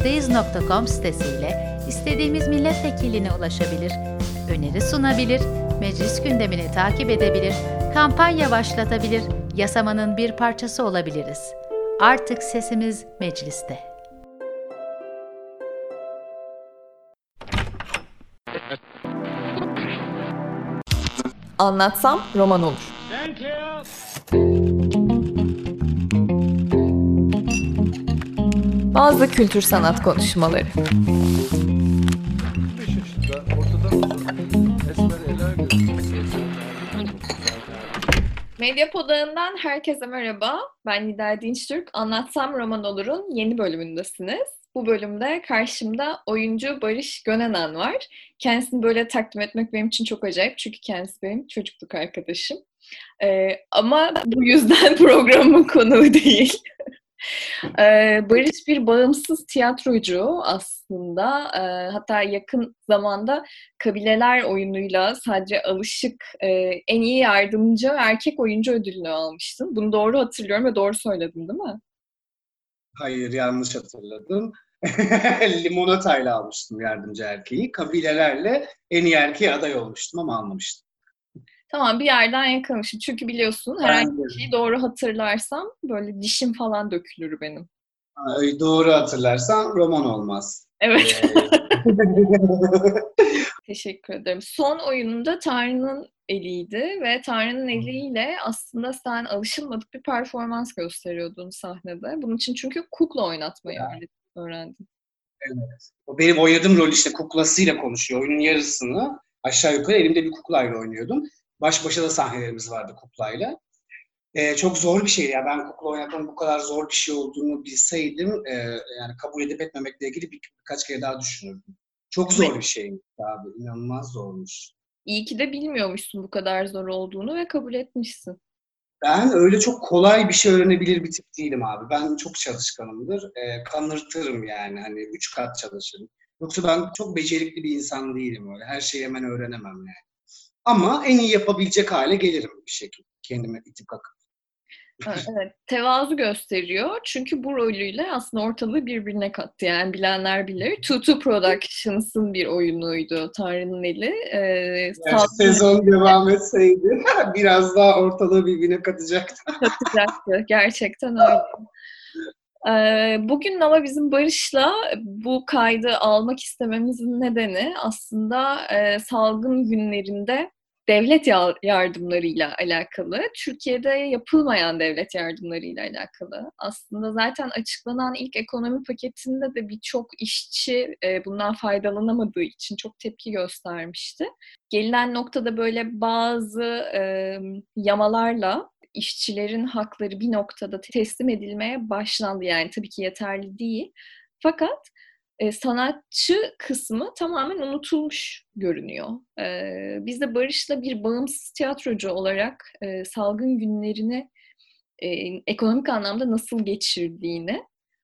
meclisteyiz.com sitesiyle istediğimiz milletvekiline ulaşabilir, öneri sunabilir, meclis gündemini takip edebilir, kampanya başlatabilir, yasamanın bir parçası olabiliriz. Artık sesimiz mecliste. Anlatsam roman olur. Bazı kültür sanat konuşmaları. Medyapod ağından herkese merhaba. Ben Nida Dinçtürk. Anlatsam roman olur'un yeni bölümündesiniz. Bu bölümde karşımda oyuncu Barış Gönenan var. Kendisini böyle takdim etmek benim için çok acayip. Çünkü kendisi benim çocukluk arkadaşım. Ama bu yüzden programın konuğu değil. Barış bir bağımsız tiyatrocu aslında. Hatta yakın zamanda Kabileler oyunuyla Sadece Alışık en iyi yardımcı erkek oyuncu ödülünü almıştın. Bunu doğru hatırlıyorum ve doğru söyledim değil mi? Hayır, yanlış hatırladım. Limonatayla almıştım yardımcı erkeği. Kabilelerle en iyi erkeğe aday olmuştum ama almamıştım. Tamam, bir yerden yakalamışım. Çünkü biliyorsun herhangi bir şeyi doğru hatırlarsam böyle dişim falan dökülür benim. Doğru hatırlarsan roman olmaz. Evet. Teşekkür ederim. Son oyununda Tanrı'nın eliydi ve Tanrı'nın eliyle aslında sen alışılmadık bir performans gösteriyordun sahnede. Bunun için çünkü kukla oynatmayı öğrendin. Evet. O benim oynadığım rol işte kuklasıyla konuşuyor. Oyunun yarısını aşağı yukarı elimde bir kuklayla oynuyordum. Baş başa da sahnelerimiz vardı kuklayla. Çok zor bir şeydi. Yani ben kukla oynatmanın bu kadar zor bir şey olduğunu bilseydim yani kabul edip etmemekle ilgili birkaç kere daha düşünürdüm. Çok zor bir şeymiş abi. İnanılmaz zormuş. İyi ki de bilmiyormuşsun bu kadar zor olduğunu ve kabul etmişsin. Ben öyle çok kolay bir şey öğrenebilir bir tip değilim abi. Ben çok çalışkanımdır. Kanırtırım yani. Hani 3 kat çalışırım. Yoksa ben çok becerikli bir insan değilim öyle. Her şeyi hemen öğrenemem yani. Ama en iyi yapabilecek hale gelirim bir şekilde. Kendime itip kakıp. Evet, tevazu gösteriyor. Çünkü bu rolüyle aslında ortalığı birbirine kattı. Yani bilenler bilir. Tutu Productions'ın bir oyunuydu Tanrı'nın Eli. Yani sezon devam etseydi biraz daha ortalığı birbirine katacaktı. Katacaktı. Gerçekten öyle. Bugün ama bizim Barış'la bu kaydı almak istememizin nedeni aslında salgın günlerinde devlet yardımlarıyla alakalı, Türkiye'de yapılmayan devlet yardımlarıyla alakalı. Aslında zaten açıklanan ilk ekonomi paketinde de birçok işçi bundan faydalanamadığı için çok tepki göstermişti. Gelinen noktada böyle bazı yamalarla işçilerin hakları bir noktada teslim edilmeye başlandı. Yani tabii ki yeterli değil. Fakat sanatçı kısmı tamamen unutulmuş görünüyor. Biz de Barış'la bir bağımsız tiyatrocu olarak salgın günlerini ekonomik anlamda nasıl geçirdiğini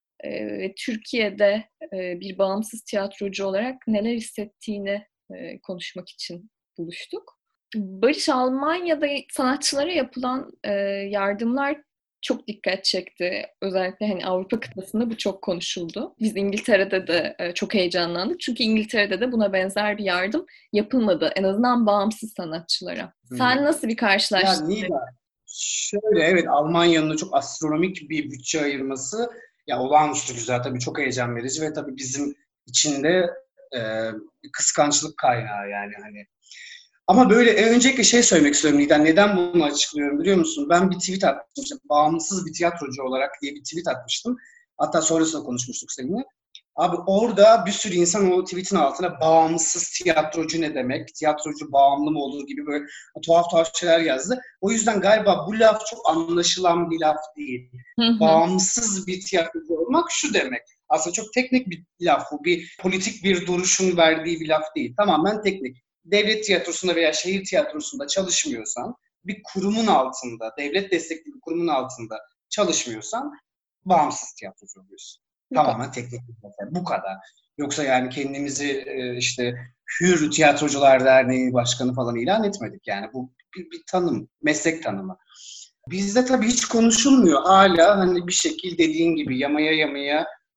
ve Türkiye'de bir bağımsız tiyatrocu olarak neler hissettiğini konuşmak için buluştuk. Barış, Almanya'da sanatçılara yapılan yardımlar çok dikkat çekti. Özellikle hani Avrupa kıtasında bu çok konuşuldu. Biz İngiltere'de de çok heyecanlandık. Çünkü İngiltere'de de buna benzer bir yardım yapılmadı. En azından bağımsız sanatçılara. Sen nasıl bir karşılaştın? Ya Nida, şöyle evet Almanya'nın çok astronomik bir bütçe ayırması ya olağanüstü güzel tabii çok heyecan verici ve tabii bizim içinde bir kıskançlık kaynağı yani hani. Ama böyle öncelikle şey söylemek istiyorum Nida. Neden bunu açıklıyorum biliyor musun? Ben bir tweet atmıştım. İşte, bağımsız bir tiyatrocu olarak diye bir tweet atmıştım. Hatta sonrasında konuşmuştuk seninle. Abi orada bir sürü insan o tweetin altına bağımsız tiyatrocu ne demek? Tiyatrocu bağımlı mı olur gibi böyle tuhaf tuhaf şeyler yazdı. O yüzden galiba bu laf çok anlaşılan bir laf değil. Bağımsız bir tiyatrocu olmak şu demek. Aslında çok teknik bir laf bu. Bir politik bir duruşun verdiği bir laf değil. Tamamen teknik. Devlet tiyatrosunda veya şehir tiyatrosunda çalışmıyorsan, bir kurumun altında, devlet destekli bir kurumun altında çalışmıyorsan bağımsız tiyatrocu oluyorsun. Tamamen teknik bir laf. Bu kadar. Yoksa yani kendimizi işte Hür Tiyatrocular Derneği Başkanı falan ilan etmedik yani. Bu bir tanım, meslek tanımı. Bizde tabii hiç konuşulmuyor. Hala hani bir şekil dediğin gibi yamaya yamaya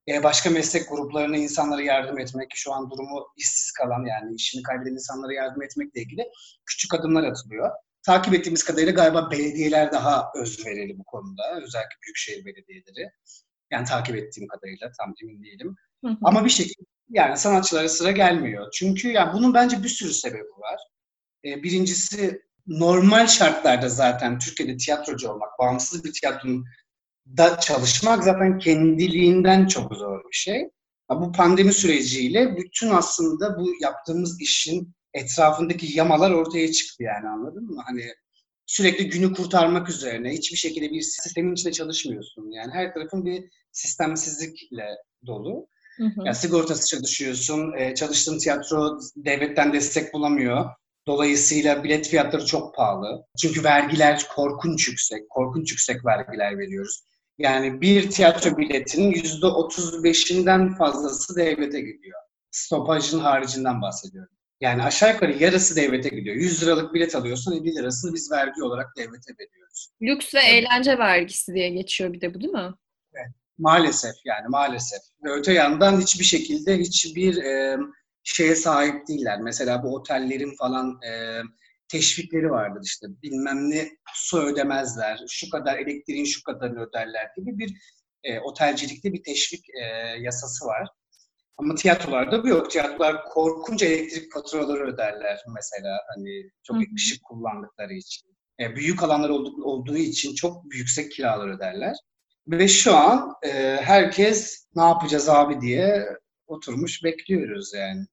Başka meslek gruplarına insanlara yardım etmek, şu an durumu işsiz kalan yani işini kaybeden insanlara yardım etmekle ilgili küçük adımlar atılıyor. Takip ettiğimiz kadarıyla galiba belediyeler daha özverili bu konuda. Özellikle büyükşehir belediyeleri. Yani takip ettiğim kadarıyla tam emin değilim. Hı hı. Ama bir şekilde yani sanatçılara sıra gelmiyor. Çünkü yani bunun bence bir sürü sebebi var. Birincisi normal şartlarda zaten Türkiye'de tiyatrocu olmak, bağımsız bir tiyatronun da çalışmak zaten kendiliğinden çok zor bir şey. Bu pandemi süreciyle bütün aslında bu yaptığımız işin etrafındaki yamalar ortaya çıktı yani anladın mı? Hani sürekli günü kurtarmak üzerine hiçbir şekilde bir sistemin içinde çalışmıyorsun. Yani her tarafın bir sistemsizlikle dolu. Hı hı. Ya sigortası çalışıyorsun, çalıştığın tiyatro devletten destek bulamıyor. Dolayısıyla bilet fiyatları çok pahalı. Çünkü vergiler korkunç yüksek vergiler veriyoruz. Yani bir tiyatro biletinin %35'inden fazlası devlete gidiyor. Stopajın haricinden bahsediyorum. Yani aşağı yukarı yarısı devlete gidiyor. 100 liralık bilet alıyorsun, 50 lirasını biz vergi olarak devlete veriyoruz. Lüks ve eğlence vergisi diye geçiyor bir de bu, değil mi? Evet. Maalesef. Ve öte yandan hiçbir şekilde hiçbir şeye sahip değiller. Mesela bu otellerin falan teşvikleri vardır işte. Bilmem ne su ödemezler, şu kadar elektriğin şu kadarını öderler gibi bir otelcilikte bir teşvik yasası var. Ama tiyatrolarda bu yok. Tiyatrolar korkunç elektrik faturaları öderler mesela. Hani çok ışık kullandıkları için. Büyük alanlar olduğu için çok yüksek kiralar öderler. Ve şu an herkes ne yapacağız abi diye oturmuş bekliyoruz yani.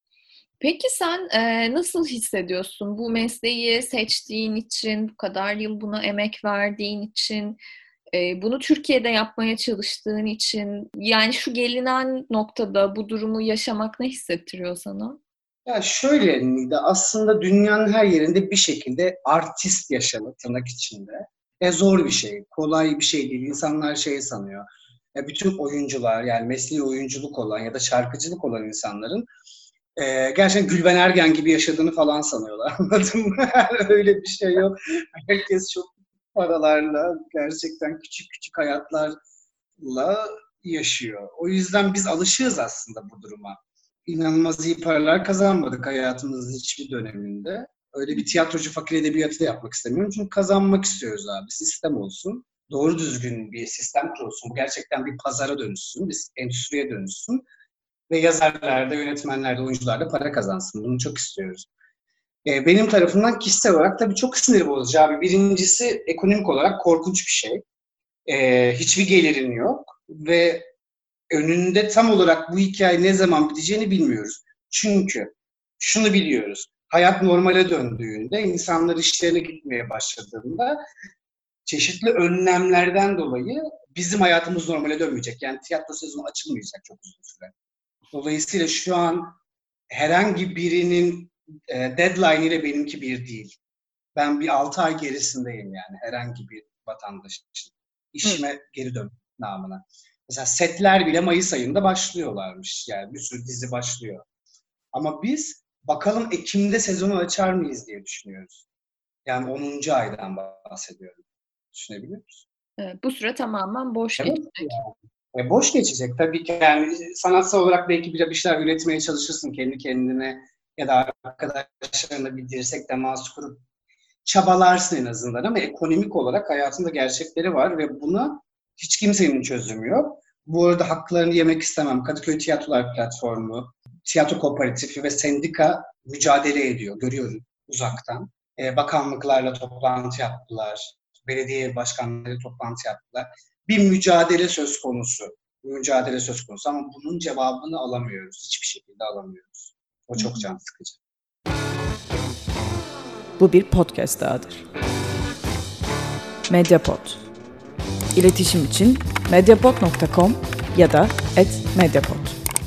Peki sen nasıl hissediyorsun bu mesleği seçtiğin için, bu kadar yıl buna emek verdiğin için, bunu Türkiye'de yapmaya çalıştığın için, yani şu gelinen noktada bu durumu yaşamak ne hissettiriyor sana? Ya şöyle Nida, aslında dünyanın her yerinde bir şekilde artist yaşamı tırnak içinde. Zor bir şey, kolay bir şey değil. İnsanlar şey sanıyor. Bütün oyuncular yani mesleği oyunculuk olan ya da şarkıcılık olan insanların gerçekten Gülben Ergen gibi yaşadığını falan sanıyorlar. Anladın mı? Öyle bir şey yok. Herkes çok paralarla, gerçekten küçük küçük hayatlarla yaşıyor. O yüzden biz alışığız aslında bu duruma. İnanılmaz iyi paralar kazanmadık hayatımızın hiçbir döneminde. Öyle bir tiyatrocu fakir edebiyatı da yapmak istemiyorum. Çünkü kazanmak istiyoruz abi. Sistem olsun. Doğru düzgün bir sistem kurulsun. Bu gerçekten bir pazara dönüşsün. Bir endüstriye dönüşsün. Ve yazarlar da, yönetmenler de, oyuncular da para kazansın. Bunu çok istiyoruz. Benim tarafımdan kişisel olarak tabii çok sinir bozucu abi. Birincisi ekonomik olarak korkunç bir şey. Hiçbir gelirin yok. Ve önünde tam olarak bu hikaye ne zaman biteceğini bilmiyoruz. Çünkü şunu biliyoruz. Hayat normale döndüğünde, insanlar işlerine gitmeye başladığında çeşitli önlemlerden dolayı bizim hayatımız normale dönmeyecek. Yani tiyatro sezonu açılmayacak çok uzun süre. Dolayısıyla şu an herhangi birinin deadline ile benimki bir değil. Ben bir 6 ay gerisindeyim yani herhangi bir vatandaş için. İşime geri dön namına. Mesela setler bile Mayıs ayında başlıyorlarmış. Yani bir sürü dizi başlıyor. Ama biz bakalım Ekim'de sezonu açar mıyız diye düşünüyoruz. Yani 10. aydan bahsediyorum. Düşünebiliyor musun? Evet, bu süre tamamen boş Evet. geçecek. Boş geçecek tabii ki. Yani sanatsal olarak belki bir şeyler üretmeye çalışırsın kendi kendine ya da arkadaşlarına bir dirsek teması kurup çabalarsın en azından ama ekonomik olarak hayatında gerçekleri var ve buna hiç kimsenin çözümü yok. Bu arada haklarını yemek istemem. Kadıköy Tiyatrolar Platformu, Tiyatro Kooperatifi ve Sendika mücadele ediyor. Görüyorum uzaktan. Bakanlıklarla toplantı yaptılar. Belediye başkanları toplantı yaptılar. Bir mücadele söz konusu. Ama bunun cevabını alamıyoruz. Hiçbir şekilde alamıyoruz. O çok can sıkıcı. Bu bir podcast dahadır. Mediapod. İletişim için mediapod.com ya da @mediapod.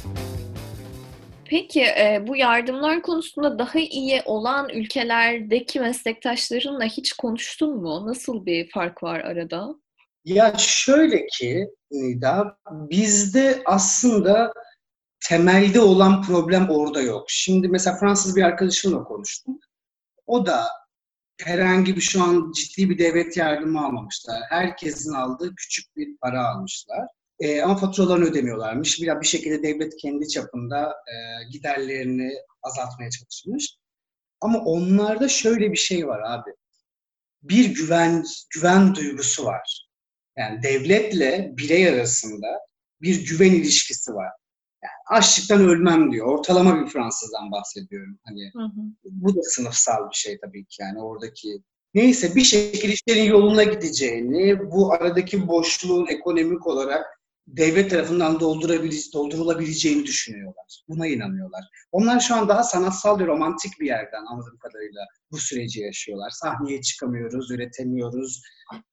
Peki bu yardımlar konusunda daha iyi olan ülkelerdeki meslektaşlarınla hiç konuştun mu? Nasıl bir fark var arada? Ya şöyle ki Nida, bizde aslında temelde olan problem orada yok. Şimdi mesela Fransız bir arkadaşımla konuştum. O da herhangi bir şu an ciddi bir devlet yardımı almamışlar. Herkesin aldığı küçük bir para almışlar. Ama faturalarını ödemiyorlarmış. Bir şekilde devlet kendi çapında giderlerini azaltmaya çalışmış. Ama onlarda şöyle bir şey var abi. Bir güven duygusu var. Yani devletle birey arasında bir güven ilişkisi var. Yani açlıktan ölmem diyor. Ortalama bir Fransızdan bahsediyorum. Hani Hı hı. bu da sınıfsal bir şey tabii ki, yani oradaki. Neyse, bir şekilde işlerin yoluna gideceğini, bu aradaki boşluğun ekonomik olarak devlet tarafından doldurulabileceğini düşünüyorlar. Buna inanıyorlar. Onlar şu an daha sanatsal ve romantik bir yerden anladığım kadarıyla bu süreci yaşıyorlar. Sahneye çıkamıyoruz, üretemiyoruz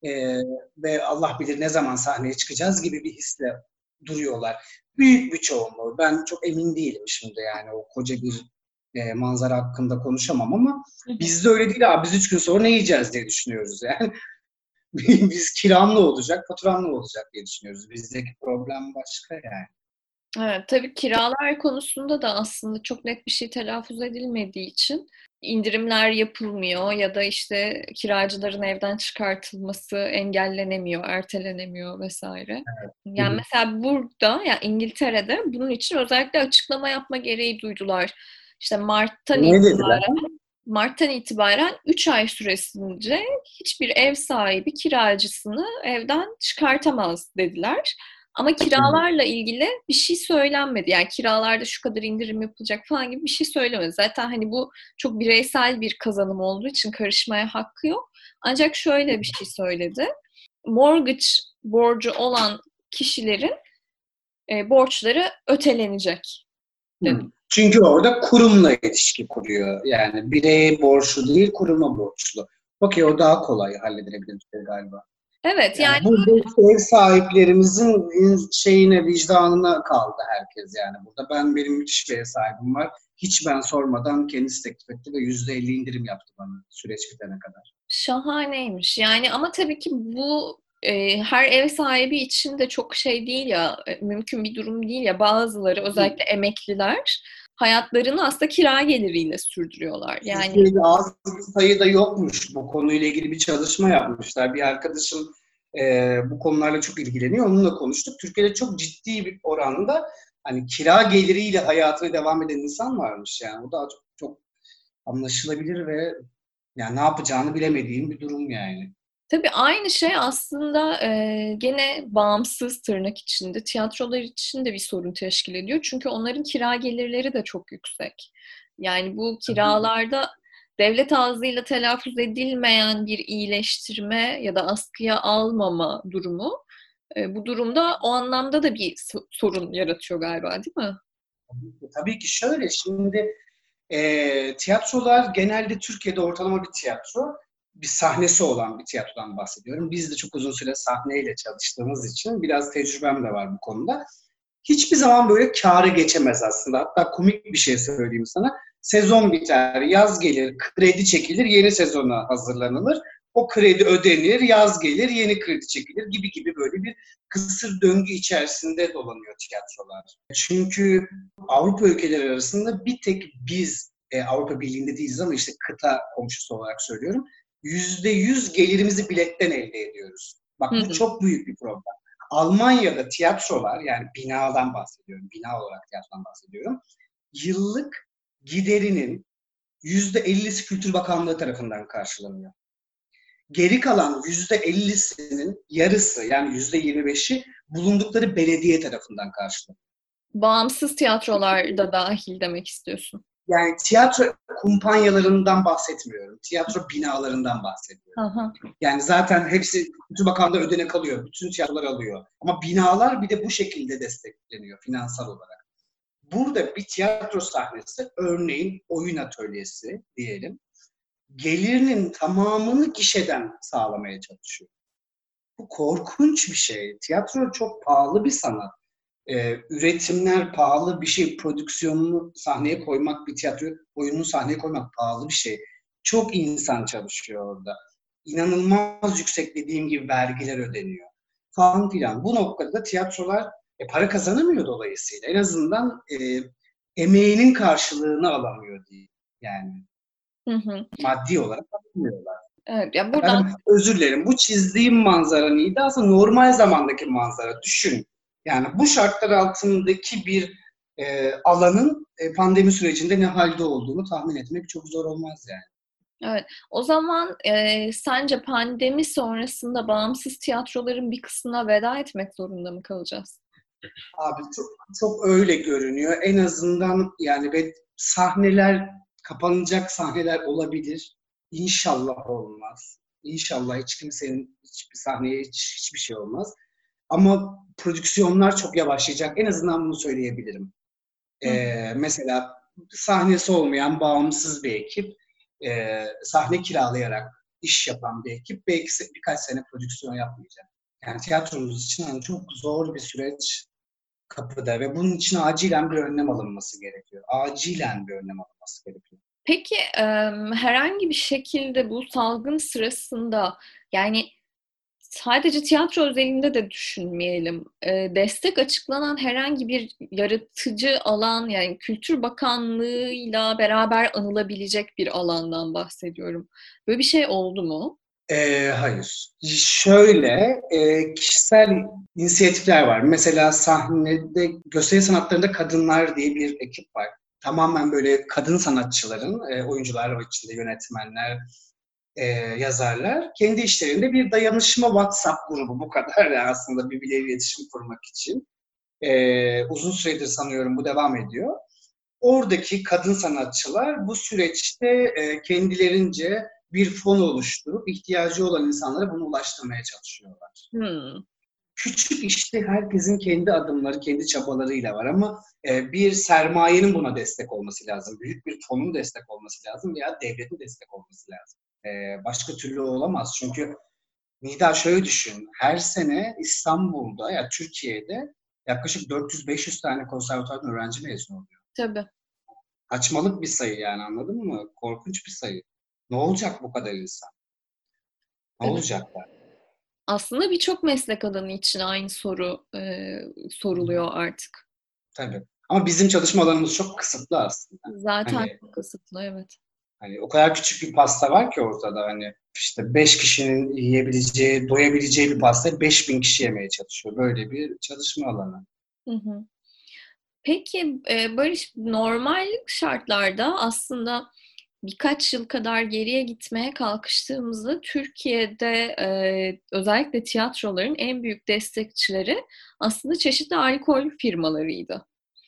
ve Allah bilir ne zaman sahneye çıkacağız gibi bir hisle duruyorlar. Büyük bir çoğunluğu. Ben çok emin değilim şimdi, yani o koca bir manzara hakkında konuşamam ama bizde öyle değil abi. Biz 3 gün sonra ne yiyeceğiz diye düşünüyoruz yani. Biz kiram ne olacak, faturam ne olacak diye düşünüyoruz. Bizdeki problem başka yani. Evet, tabii kiralar konusunda da aslında çok net bir şey telaffuz edilmediği için indirimler yapılmıyor ya da işte kiracıların evden çıkartılması engellenemiyor, ertelenemiyor vesaire. Yani mesela burada, yani İngiltere'de bunun için özellikle açıklama yapma gereği duydular. İşte Ne dediler? Mart'tan itibaren 3 ay süresince hiçbir ev sahibi kiracısını evden çıkartamaz dediler. Ama kiralarla ilgili bir şey söylenmedi. Yani kiralarda şu kadar indirim yapılacak falan gibi bir şey söylemedi. Zaten hani bu çok bireysel bir kazanım olduğu için karışmaya hakkı yok. Ancak şöyle bir şey söyledi. Mortgage borcu olan kişilerin borçları ötelenecek dedi. Çünkü orada kurumla ilişki kuruyor. Yani bireye borçlu değil, kuruma borçlu. Okey, o daha kolay halledilebilir bir şey galiba. Evet, Yani burada ev sahiplerimizin şeyine, vicdanına kaldı herkes yani. Burada benim müthiş bir ev sahibim var. Hiç ben sormadan kendisi teklif etti ve %50 indirim yaptı bana süreç bitene kadar. Şahaneymiş. Yani ama tabii ki bu her ev sahibi için de çok şey değil ya, mümkün bir durum değil ya. Bazıları, özellikle emekliler, hayatlarını aslında kira geliriyle sürdürüyorlar. Yani Türkiye'de az bir sayıda yokmuş. Bu konuyla ilgili bir çalışma yapmışlar. Bir arkadaşım bu konularla çok ilgileniyor. Onunla konuştuk. Türkiye'de çok ciddi bir oranda hani kira geliriyle hayatına devam eden insan varmış yani. Bu da çok anlaşılabilir ve yani ne yapacağını bilemediğim bir durum yani. tabii aynı şey aslında gene bağımsız, tırnak içinde, tiyatrolar için de bir sorun teşkil ediyor. Çünkü onların kira gelirleri de çok yüksek. Yani bu kiralarda devlet ağzıyla telaffuz edilmeyen bir iyileştirme ya da askıya almama durumu, bu durumda o anlamda da bir sorun yaratıyor galiba, değil mi? Tabii ki şöyle, şimdi tiyatrolar genelde Türkiye'de ortalama bir tiyatro, bir sahnesi olan bir tiyatrodan bahsediyorum. Biz de çok uzun süre sahneyle çalıştığımız için biraz tecrübem de var bu konuda. Hiçbir zaman böyle kârı geçemez aslında. Hatta komik bir şey söyleyeyim sana. Sezon biter, yaz gelir, kredi çekilir, yeni sezona hazırlanılır. O kredi ödenir, yaz gelir, yeni kredi çekilir gibi böyle bir kısır döngü içerisinde dolanıyor tiyatrolar. Çünkü Avrupa ülkeleri arasında bir tek biz Avrupa Birliği'nde değiliz ama işte kıta komşusu olarak söylüyorum. %100 gelirimizi biletten elde ediyoruz. Bak bu çok büyük bir problem. Almanya'da tiyatrolar, yani binadan bahsediyorum, bina olarak tiyatrodan bahsediyorum. Yıllık giderinin %50'si Kültür Bakanlığı tarafından karşılanıyor. Geri kalan %50'sinin yarısı, yani %25'i bulundukları belediye tarafından karşılanıyor. Bağımsız tiyatrolar da dahil demek istiyorsun. Yani tiyatro kumpanyalarından bahsetmiyorum. Tiyatro binalarından bahsediyorum. Aha. Yani zaten hepsi Kültür Bakanlığı ödenek alıyor. Bütün tiyatrolar alıyor. Ama binalar bir de bu şekilde destekleniyor finansal olarak. Burada bir tiyatro sahnesi, örneğin oyun atölyesi diyelim, gelirinin tamamını gişeden sağlamaya çalışıyor. Bu korkunç bir şey. Tiyatro çok pahalı bir sanat. Üretimler pahalı bir şey. Prodüksiyonunu sahneye koymak, bir tiyatro oyununu sahneye koymak pahalı bir şey. Çok insan çalışıyor orada. İnanılmaz yüksek, dediğim gibi, vergiler ödeniyor falan filan. Bu noktada tiyatrolar para kazanamıyor dolayısıyla. En azından emeğinin karşılığını alamıyor diye. Yani maddi olarak alamıyorlar. Evet, ya buradan Özür dilerim. Bu çizdiğim manzara neydi? Aslında normal zamandaki manzara. Düşün. Yani bu şartlar altındaki bir alanın pandemi sürecinde ne halde olduğunu tahmin etmek çok zor olmaz yani. Evet. O zaman sence pandemi sonrasında bağımsız tiyatroların bir kısmına veda etmek zorunda mı kalacağız? Abi çok öyle görünüyor. En azından yani ve sahneler, kapanacak sahneler olabilir. İnşallah olmaz. İnşallah hiç kimsenin hiçbir sahneye hiçbir şey olmaz. Ama prodüksiyonlar çok yavaşlayacak. En azından bunu söyleyebilirim. Mesela sahnesi olmayan bağımsız bir ekip, sahne kiralayarak iş yapan bir ekip belki birkaç sene prodüksiyon yapmayacak. Yani tiyatromuz için hani çok zor bir süreç kapıda ve bunun için acilen bir önlem alınması gerekiyor. Acilen bir önlem alınması gerekiyor. Peki herhangi bir şekilde bu salgın sırasında, yani sadece tiyatro özelinde de düşünmeyelim, destek açıklanan herhangi bir yaratıcı alan, yani Kültür Bakanlığı'yla beraber anılabilecek bir alandan bahsediyorum. Böyle bir şey oldu mu? Hayır. Şöyle, kişisel inisiyatifler var. Mesela sahnede, gösteri sanatlarında Kadınlar diye bir ekip var. Tamamen böyle kadın sanatçıların, oyuncular var içinde, yönetmenler, yazarlar. Kendi işlerinde bir dayanışma WhatsApp grubu, bu kadar yani aslında birbirleriyle iletişim kurmak için. Uzun süredir sanıyorum bu devam ediyor. Oradaki kadın sanatçılar bu süreçte kendilerince bir fon oluşturup ihtiyacı olan insanlara bunu ulaştırmaya çalışıyorlar. Küçük işte herkesin kendi adımları, kendi çabalarıyla var ama bir sermayenin buna destek olması lazım. Büyük bir fonun destek olması lazım veya devletin destek olması lazım. Başka türlü olamaz. Çünkü Nida şöyle düşün, her sene İstanbul'da ya Türkiye'de yaklaşık 400-500 tane konservatuvardan öğrenci mezun oluyor. Tabii. Saçmalık bir sayı yani, anladın mı? Korkunç bir sayı. Ne olacak bu kadar insan? Ne olacaklar? Aslında birçok meslek alanı için aynı soru soruluyor artık. Tabii. Ama bizim çalışma alanımız çok kısıtlı aslında. Zaten çok kısıtlı, evet. Hani o kadar küçük bir pasta var ki ortada, hani işte 5 kişinin yiyebileceği, doyabileceği bir pasta 5000 kişi yemeye çalışıyor. Böyle bir çalışma alanı. Hı hı. Peki Barış, normal şartlarda aslında birkaç yıl kadar geriye gitmeye kalkıştığımızda Türkiye'de özellikle tiyatroların en büyük destekçileri aslında çeşitli alkol firmalarıydı.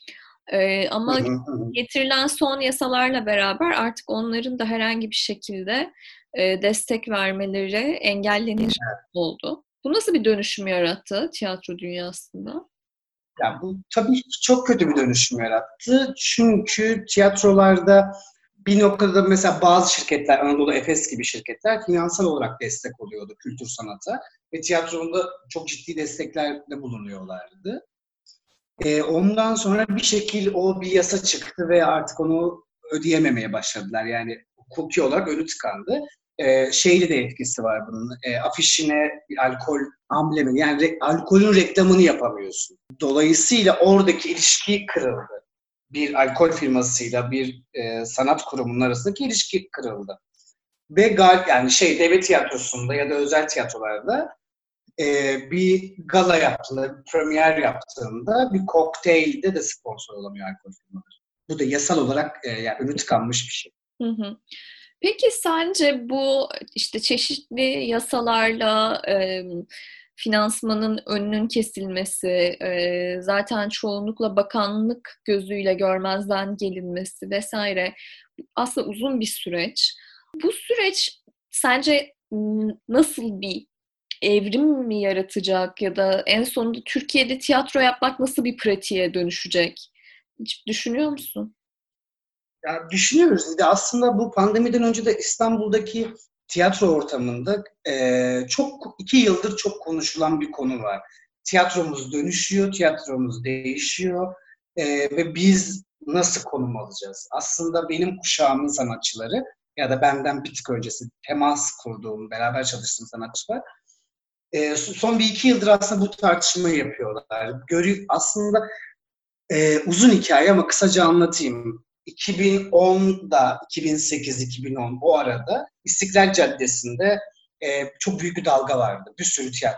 Ama getirilen son yasalarla beraber artık onların da herhangi bir şekilde destek vermeleri engellenir oldu. Bu nasıl bir dönüşüm yarattı tiyatro dünyasında? Ya bu tabii çok kötü bir dönüşüm yarattı. Çünkü tiyatrolarda bir noktada mesela bazı şirketler, Anadolu Efes gibi şirketler finansal olarak destek oluyordu kültür sanata. Ve tiyatronun çok ciddi desteklerde bulunuyorlardı. Ondan sonra bir şekil o bir yasa çıktı ve artık onu ödeyememeye başladılar. Yani hukuki olarak önü tıkandı. Şeyli de etkisi var bunun. Afişine bir alkol amblemi, yani alkolün reklamını yapamıyorsun. Dolayısıyla oradaki ilişki kırıldı. Bir alkol firmasıyla bir sanat kurumunun arasındaki ilişki kırıldı. Ve yani devlet tiyatrosunda ya da özel tiyatrolarda bir gala yaptığında, bir premier yaptığında bir kokteylde de sponsor olamıyor alkol firmaları. Bu da yasal olarak yani önü tıkanmış bir şey. Hı hı. Peki sence bu işte çeşitli yasalarla finansmanın önünün kesilmesi, zaten çoğunlukla bakanlık gözüyle görmezden gelinmesi vesaire aslında uzun bir süreç. Bu süreç sence nasıl bir evrim mi yaratacak ya da en sonunda Türkiye'de tiyatro yapmak nasıl bir pratiğe dönüşecek? Hiç düşünüyor musun? Ya düşünüyoruz. Aslında bu pandemiden önce de İstanbul'daki tiyatro ortamında 2 yıldır çok konuşulan bir konu var. Tiyatromuz dönüşüyor, tiyatromuz değişiyor ve biz nasıl konum alacağız? Aslında benim kuşağımın sanatçıları ya da benden bir tık öncesi temas kurduğum, beraber çalıştığım sanatçılar son 1-2 yıldır aslında bu tartışmayı yapıyorlar. Aslında uzun hikaye ama kısaca anlatayım. 2010'da, 2008-2010 o arada İstiklal Caddesi'nde çok büyük bir dalga vardı. Bir sürü tiyatro.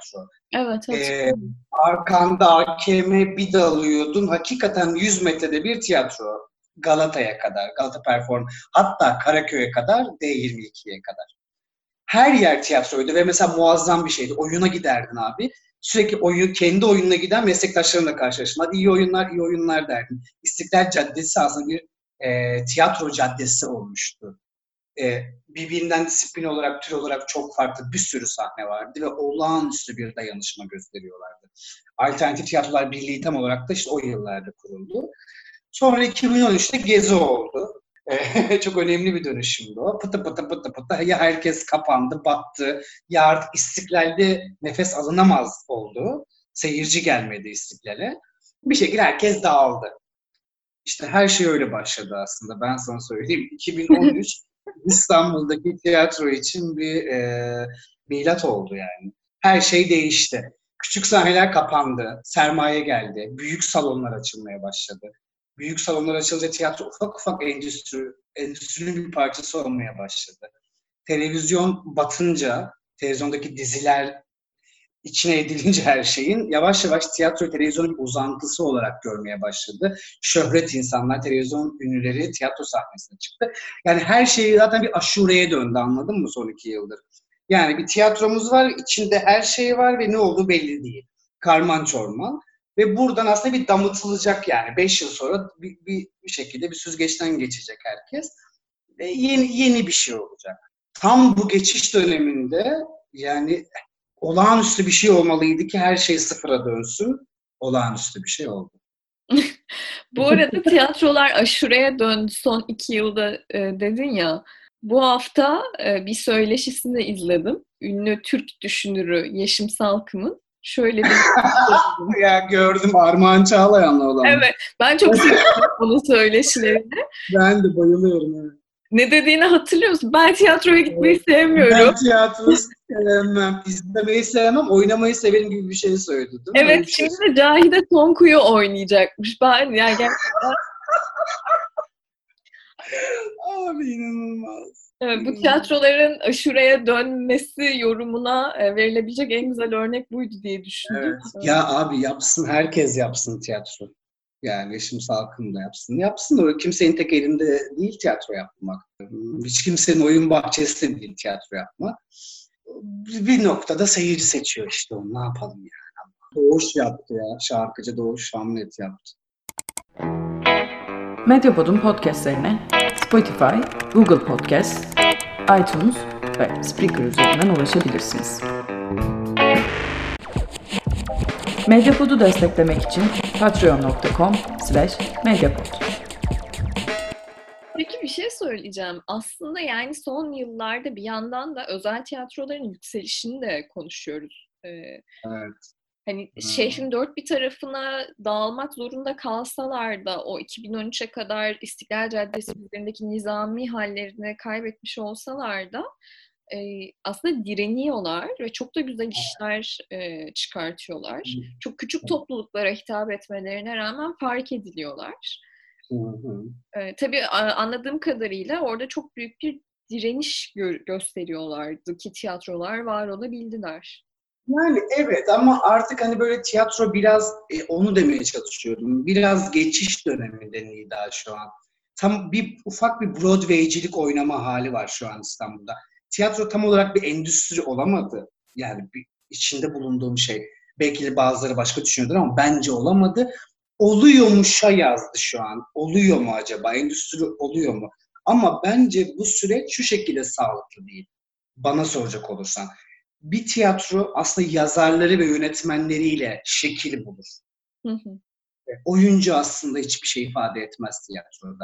Evet, Arkanda AKM bir dalıyordun. Hakikaten 100 metrede bir tiyatro. Galata'ya kadar, Galata Perform, hatta Karaköy'e kadar, D22'ye kadar. Her yer tiyatroydu ve mesela muazzam bir şeydi. Oyuna giderdin abi. Sürekli kendi oyununa giden meslektaşlarımla karşılaştım. Hadi iyi oyunlar, iyi oyunlar derdin. İstiklal Caddesi aslında bir tiyatro caddesi olmuştu. Birbirinden disiplin olarak, tür olarak çok farklı bir sürü sahne vardı ve olağanüstü bir dayanışma gösteriyorlardı. Alternatif Tiyatrolar Birliği tam olarak da işte o yıllarda kuruldu. Sonra 2013'te Gezi oldu. Çok önemli bir dönüşümdü o. Pıtı pıtı pıtı pıtı. Ya herkes kapandı, battı. Ya artık İstiklal'de nefes alınamaz oldu. Seyirci gelmedi İstiklal'e. Bir şekilde herkes dağıldı. İşte her şey öyle başladı aslında. Ben sana söyleyeyim. 2013 İstanbul'daki tiyatro için bir milat oldu yani. Her şey değişti. Küçük sahneler kapandı. Sermaye geldi. Büyük salonlar açılmaya başladı. Büyük salonlar açılınca tiyatro ufak ufak endüstrinin bir parçası olmaya başladı. Televizyon batınca, televizyondaki diziler içine edilince her şeyin yavaş yavaş tiyatro televizyonun bir uzantısı olarak görmeye başladı. Şöhret insanlar, televizyon ünlüleri tiyatro sahnesine çıktı. Yani her şey zaten bir aşureye döndü, anladın mı son 2 yıldır? Yani bir tiyatromuz var, içinde her şey var ve ne olduğu belli değil. Karman çorman. Ve buradan aslında bir damıtılacak yani. 5 yıl sonra bir şekilde bir süzgeçten geçecek herkes. Ve yeni bir şey olacak. Tam bu geçiş döneminde yani olağanüstü bir şey olmalıydı ki her şey sıfıra dönsün. Olağanüstü bir şey oldu. Bu arada tiyatrolar aşureye döndü son 2 yılda dedin ya. Bu hafta bir söyleşisini izledim. Ünlü Türk düşünürü Yeşim Salkım'ın. Şöyle bir Ya gördüm, Armağan Çağlayan'la olan. Evet, ben çok seviyorum onun söyleşilerini. Ben de bayılıyorum. Evet. Ne dediğini hatırlıyor musun? Ben tiyatroya gitmeyi sevmiyorum. Ben tiyatro sevmem, izlemeyi sevmem, oynamayı severim gibi bir şey söyledi, değil mi? Evet, şimdi de Cahide Tonku'yu oynayacakmış. Ben yani gerçekten... Abi inanılmaz. Bu tiyatroların aşureye dönmesi yorumuna verilebilecek en güzel örnek buydu diye düşündüm. Evet. Ya abi yapsın, herkes yapsın tiyatro. Yani Yeşim Salkım da yapsın. Yapsın da kimsenin tek elinde değil tiyatro yapmak. Hiç kimsenin oyun bahçesi değil tiyatro yapmak. Bir noktada seyirci seçiyor işte onu. Ne yapalım yani. Doğuş yaptı ya. Şarkıcı Doğuş Hamlet yaptı. Medyapod'un podcastlerine Spotify, Google Podcast, iTunes ve Spreaker üzerinden ulaşabilirsiniz. Medyapod'u desteklemek için patreon.com/medyapod. Peki bir şey söyleyeceğim. Aslında yani son yıllarda bir yandan da özel tiyatroların yükselişini de konuşuyoruz. Evet. Hani şehrin dört bir tarafına dağılmak zorunda kalsalar da o 2013'e kadar İstiklal Caddesi üzerindeki nizami hallerini kaybetmiş olsalar da aslında direniyorlar ve çok da güzel işler çıkartıyorlar. Çok küçük topluluklara hitap etmelerine rağmen fark ediliyorlar. Tabii anladığım kadarıyla orada çok büyük bir direniş gösteriyorlardı ki tiyatrolar var olabildiler. Yani evet ama artık hani böyle tiyatro biraz onu demeye çalışıyordum. Biraz geçiş döneminde Nida şu an. Tam ufak bir Broadway'cilik oynama hali var şu an İstanbul'da. Tiyatro tam olarak bir endüstri olamadı. Yani içinde bulunduğum şey. Belki de bazıları başka düşünüyordur ama bence olamadı. Oluyormuşa yazdı şu an. Oluyor mu acaba? Endüstri oluyor mu? Ama bence bu süreç şu şekilde sağlıklı değil. Bana soracak olursan. Bir tiyatro aslında yazarları ve yönetmenleriyle şekil bulur. Oyuncu aslında hiçbir şey ifade etmez tiyatroda.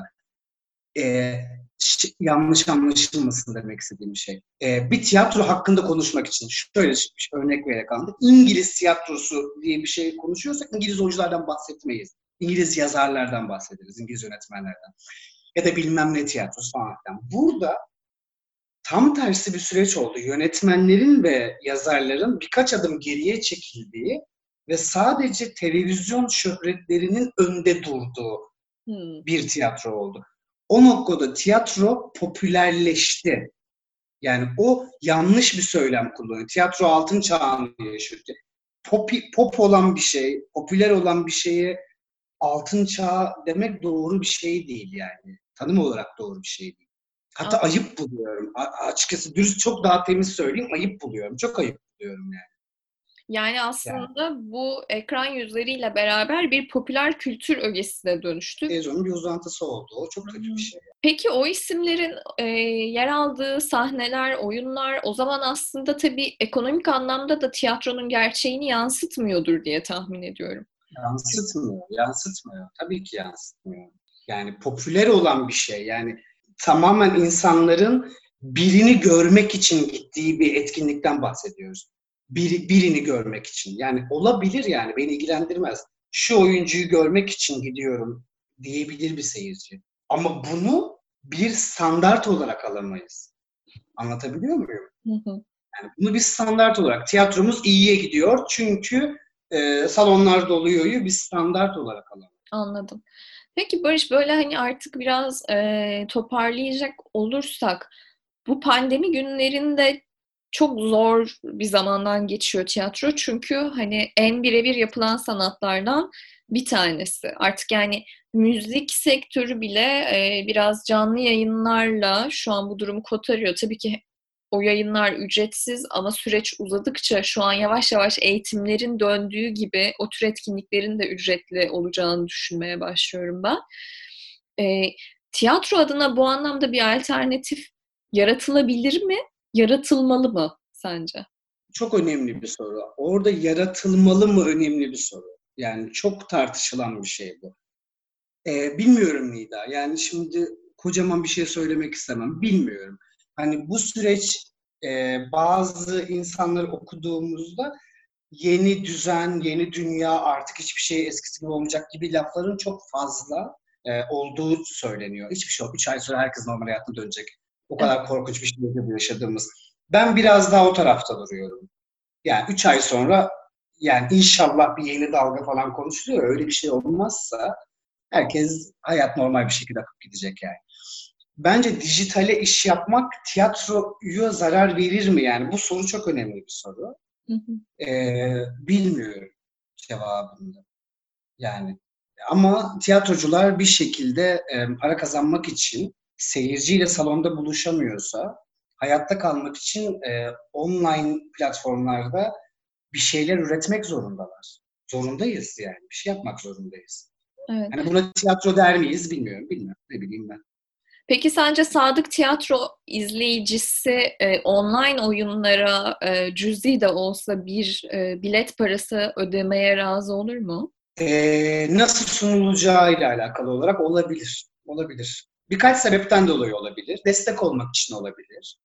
Yanlış anlaşılmasın demek istediğim şey. Bir tiyatro hakkında konuşmak için şöyle bir örnek vererek anladık. İngiliz tiyatrosu diye bir şey konuşuyorsak İngiliz oyunculardan bahsetmeyiz. İngiliz yazarlardan bahsederiz, İngiliz yönetmenlerden. Ya da bilmem ne tiyatrosu falan. Burada tam tersi bir süreç oldu. Yönetmenlerin ve yazarların birkaç adım geriye çekildiği ve sadece televizyon şöhretlerinin önde durduğu bir tiyatro oldu. O noktada tiyatro popülerleşti. Yani o yanlış bir söylem kullanıyor. Tiyatro altın çağını yaşıyor. pop olan bir şey, popüler olan bir şeye altın çağ demek doğru bir şey değil yani. Tanım olarak doğru bir şey değil. Hatta ayıp buluyorum. Açıkçası dürüst, çok daha temiz söyleyeyim, ayıp buluyorum. Çok ayıp buluyorum yani. Yani aslında bu ekran yüzleriyle beraber bir popüler kültür ögesine dönüştü. Televizyonun bir uzantısı oldu. O çok kötü bir şey. Peki o isimlerin yer aldığı sahneler, oyunlar o zaman aslında tabii ekonomik anlamda da tiyatronun gerçeğini yansıtmıyordur diye tahmin ediyorum. Yansıtmıyor. Tabii ki yansıtmıyor. Yani popüler olan bir şey. Yani tamamen insanların birini görmek için gittiği bir etkinlikten bahsediyoruz. Birini görmek için. Yani olabilir yani, beni ilgilendirmez. Şu oyuncuyu görmek için gidiyorum diyebilir bir seyirci. Ama bunu bir standart olarak alamayız. Anlatabiliyor muyum? Yani bunu bir standart olarak, tiyatromuz iyiye gidiyor çünkü salonlar doluyor, bir standart olarak alamayız. Anladım. Peki Barış, böyle hani artık biraz toparlayacak olursak, bu pandemi günlerinde çok zor bir zamandan geçiyor tiyatro. Çünkü hani en birebir yapılan sanatlardan bir tanesi. Artık yani müzik sektörü bile biraz canlı yayınlarla şu an bu durumu kotarıyor. Tabii ki o yayınlar ücretsiz ama süreç uzadıkça şu an yavaş yavaş eğitimlerin döndüğü gibi o tür etkinliklerin de ücretli olacağını düşünmeye başlıyorum ben. Tiyatro adına bu anlamda bir alternatif yaratılabilir mi? Yaratılmalı mı sence? Çok önemli bir soru. Orada yaratılmalı mı önemli bir soru. Yani çok tartışılan bir şey bu. Bilmiyorum Nida. Yani şimdi kocaman bir şey söylemek istemem. Bilmiyorum. Hani bu süreç bazı insanları okuduğumuzda yeni düzen, yeni dünya, artık hiçbir şey eskisi gibi olmayacak gibi lafların çok fazla olduğu söyleniyor. Hiçbir şey yok. 3 ay sonra herkes normal hayatına dönecek. O kadar korkunç bir şey bu yaşadığımız. Ben biraz daha o tarafta duruyorum. Yani 3 ay sonra, yani inşallah bir yeni dalga falan konuşuluyor. Öyle bir şey olmazsa herkes hayat normal bir şekilde akıp gidecek yani. Bence dijitale iş yapmak tiyatroya zarar verir mi? Yani bu soru çok önemli bir soru. Bilmiyorum cevabını. Yani ama tiyatrocular bir şekilde para kazanmak için, seyirciyle salonda buluşamıyorsa, hayatta kalmak için online platformlarda bir şeyler üretmek zorundalar. Zorundayız yani. Bir şey yapmak zorundayız. Evet. Yani buna tiyatro der miyiz bilmiyorum. Ne bileyim ben. Peki sence sadık tiyatro izleyicisi online oyunlara cüzi de olsa bir bilet parası ödemeye razı olur mu? Nasıl sunulacağıyla alakalı olarak olabilir. Olabilir. Birkaç sebepten dolayı olabilir. Destek olmak için olabilir.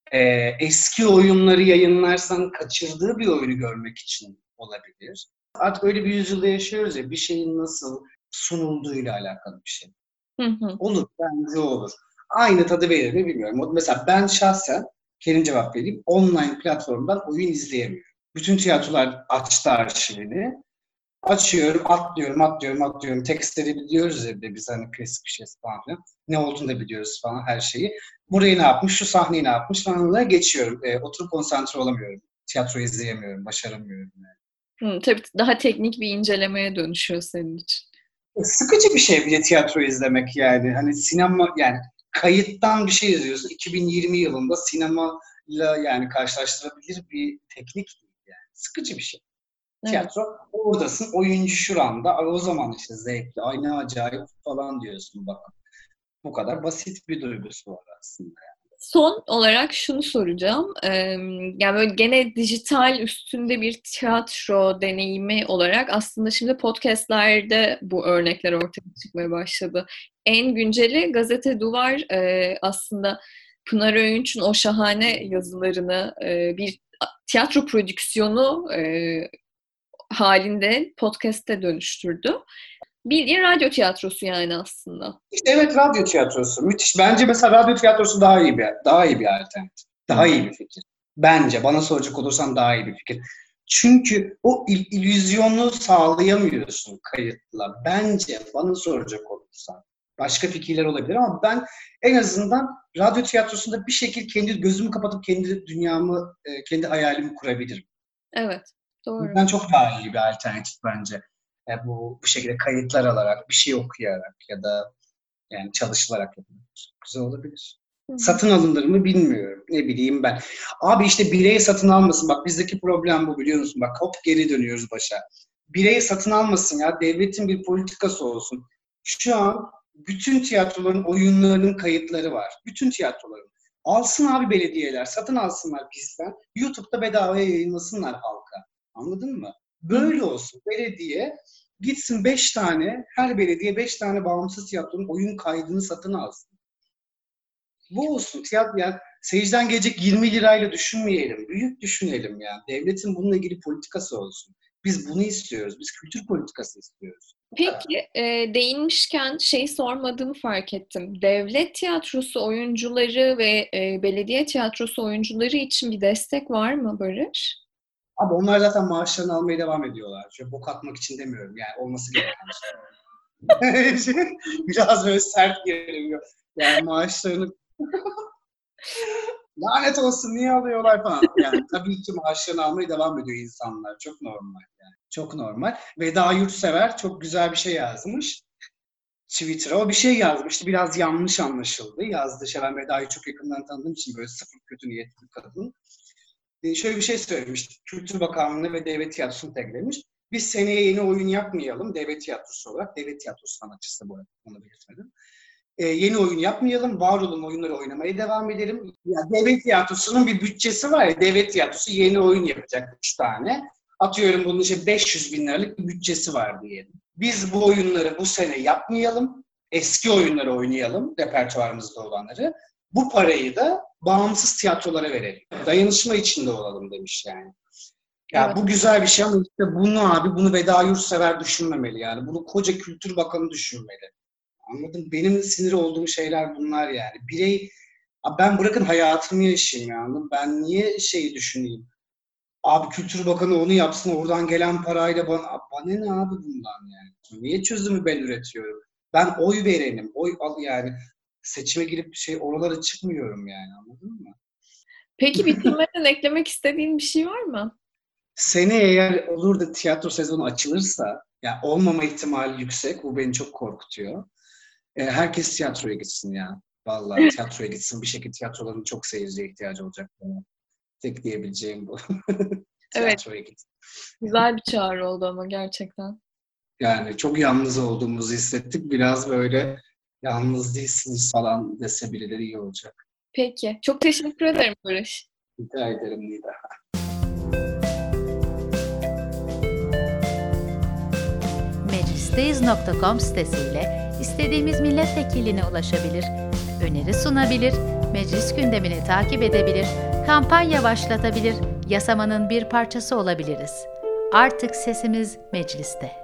Eski oyunları yayınlarsan kaçırdığı bir oyunu görmek için olabilir. Artık öyle bir yüzyılda yaşıyoruz ya, bir şeyin nasıl sunulduğuyla alakalı bir şey. Olur, bence olur. Aynı tadı verir mi bilmiyorum. Mesela ben şahsen, kendi cevap vereyim, online platformdan oyun izleyemiyorum. Bütün tiyatrolar açtı arşivini. Açıyorum, atlıyorum. Tekstleri biliyoruz ya biz, hani klasik bir şey falan filan. Ne olduğunu da biliyoruz falan, her şeyi. Burayı ne yapmış, şu sahneyi ne yapmış falan da geçiyorum. Oturup konsantre olamıyorum. Tiyatro izleyemiyorum, başaramıyorum yani. Tabii daha teknik bir incelemeye dönüşüyor senin için. Sıkıcı bir şey bir de tiyatro izlemek yani. Hani sinema, yani kayıttan bir şey izliyorsun. 2020 yılında sinemayla yani karşılaştırabilir bir teknik değil yani. Sıkıcı bir şey. Tiyatro, oradasın, oyuncu şuranda, o zaman işte zevkli, ay ne acayip falan diyorsun bak. Bu kadar basit bir duygusu var aslında. Son olarak şunu soracağım. Yani böyle gene dijital üstünde bir tiyatro deneyimi olarak aslında şimdi podcastlerde bu örnekler ortaya çıkmaya başladı. En günceli Gazete Duvar aslında Pınar Öğünç'ün o şahane yazılarını bir tiyatro prodüksiyonu halinde podcast'e dönüştürdü. Bildiğin radyo tiyatrosu yani aslında. İşte evet, radyo tiyatrosu müthiş. Bence mesela radyo tiyatrosu daha iyi bir alternatif. Daha iyi bir fikir. Bence bana soracak olursan daha iyi bir fikir. Çünkü o illüzyonu sağlayamıyorsun kayıtla. Bence bana soracak olursan. Başka fikirler olabilir ama ben en azından radyo tiyatrosunda bir şekilde kendi gözümü kapatıp kendi dünyamı, kendi hayalimi kurabilirim. Evet. Doğru. Bundan çok daha iyi bir alternatif bence. Bu şekilde kayıtlar alarak, bir şey okuyarak ya da yani çalışılarak yapılabilir. Güzel olabilir. Hı hı. Satın alınır mı bilmiyorum. Ne bileyim ben. Abi işte birey satın almasın. Bak bizdeki problem bu, biliyor musun? Bak hop geri dönüyoruz başa. Birey satın almasın ya. Devletin bir politikası olsun. Şu an bütün tiyatroların oyunlarının kayıtları var. Bütün tiyatroların. Alsın abi belediyeler. Satın alsınlar bizden. YouTube'da bedavaya yayınlasınlar halka. Anladın mı? Böyle olsun. Belediye gitsin 5 tane, her belediye 5 tane bağımsız tiyatronun oyun kaydını satın alsın. Bu olsun. Tiyatro, yani seyirciden gelecek 20 lirayla düşünmeyelim. Büyük düşünelim yani. Devletin bununla ilgili politikası olsun. Biz bunu istiyoruz. Biz kültür politikası istiyoruz. Peki değinmişken sormadığımı fark ettim. Devlet tiyatrosu oyuncuları ve belediye tiyatrosu oyuncuları için bir destek var mı Barış? Abi onlar zaten maaşlarını almaya devam ediyorlar. Şöyle bok atmak için demiyorum. Yani olması gereken şey. Biraz böyle sert geliyor. Yani maaşlarını lanet olsun niye alıyorlar falan. Yani tabii ki maaşlarını almaya devam ediyor insanlar. Çok normal yani. Çok normal. Veda Yurtsever çok güzel bir şey yazmış. Twitter'a o bir şey yazmıştı. Biraz yanlış anlaşıldı. Yazdığı şey, ben Veda'yı çok yakından tanıdığım için böyle sıfır kötü niyetli bir kadın. Şöyle bir şey söylemişti. Kültür Bakanlığı ve Devlet Tiyatrosu'nu teklemiş. Biz seneye yeni oyun yapmayalım devlet tiyatrosu olarak. Devlet tiyatrosu sanatçısı bu arada, onu belirtmedim. Yeni oyun yapmayalım, var olan oyunları oynamaya devam edelim. Yani devlet tiyatrosunun bir bütçesi var ya, devlet tiyatrosu yeni oyun yapacak 3 tane. Atıyorum bunun işte 500 bin liralık bir bütçesi var diyelim. Biz bu oyunları bu sene yapmayalım, eski oyunları oynayalım, repertuarımızda olanları. Bu parayı da bağımsız tiyatrolara verelim. Dayanışma içinde olalım demiş yani. Ya Evet. bu güzel bir şey ama işte bunu Veda Yurtsever düşünmemeli yani. Bunu koca Kültür Bakanı düşünmeli. Anladın mı? Benim sinir olduğum şeyler bunlar yani. Ben bırakın hayatımı yaşayayım yani. Ben niye düşüneyim? Abi Kültür Bakanı onu yapsın, oradan gelen parayla bana ne abi bundan yani? Niye çözümü ben üretiyorum? Ben oy verenim. Yani seçime girip oralara çıkmıyorum yani, anladın mı? Peki bitirmeden eklemek istediğin bir şey var mı? Seneye eğer olur da tiyatro sezonu açılırsa, yani olmama ihtimali yüksek, bu beni çok korkutuyor. Herkes tiyatroya gitsin ya. Vallahi tiyatroya gitsin. Bir şekilde tiyatroların çok seyirciye ihtiyacı olacak. Tek diyebileceğim bu. Tiyatroya gitsin. Güzel bir çağrı oldu ama gerçekten. Yani çok yalnız olduğumuzu hissettik. Biraz böyle yalnız değilsiniz falan dese birileri iyi olacak. Peki. Çok teşekkür ederim Barış. Rica ederim Nida. Meclisteyiz.com sitesiyle istediğimiz milletvekiline ulaşabilir, öneri sunabilir, meclis gündemini takip edebilir, kampanya başlatabilir, yasamanın bir parçası olabiliriz. Artık sesimiz mecliste.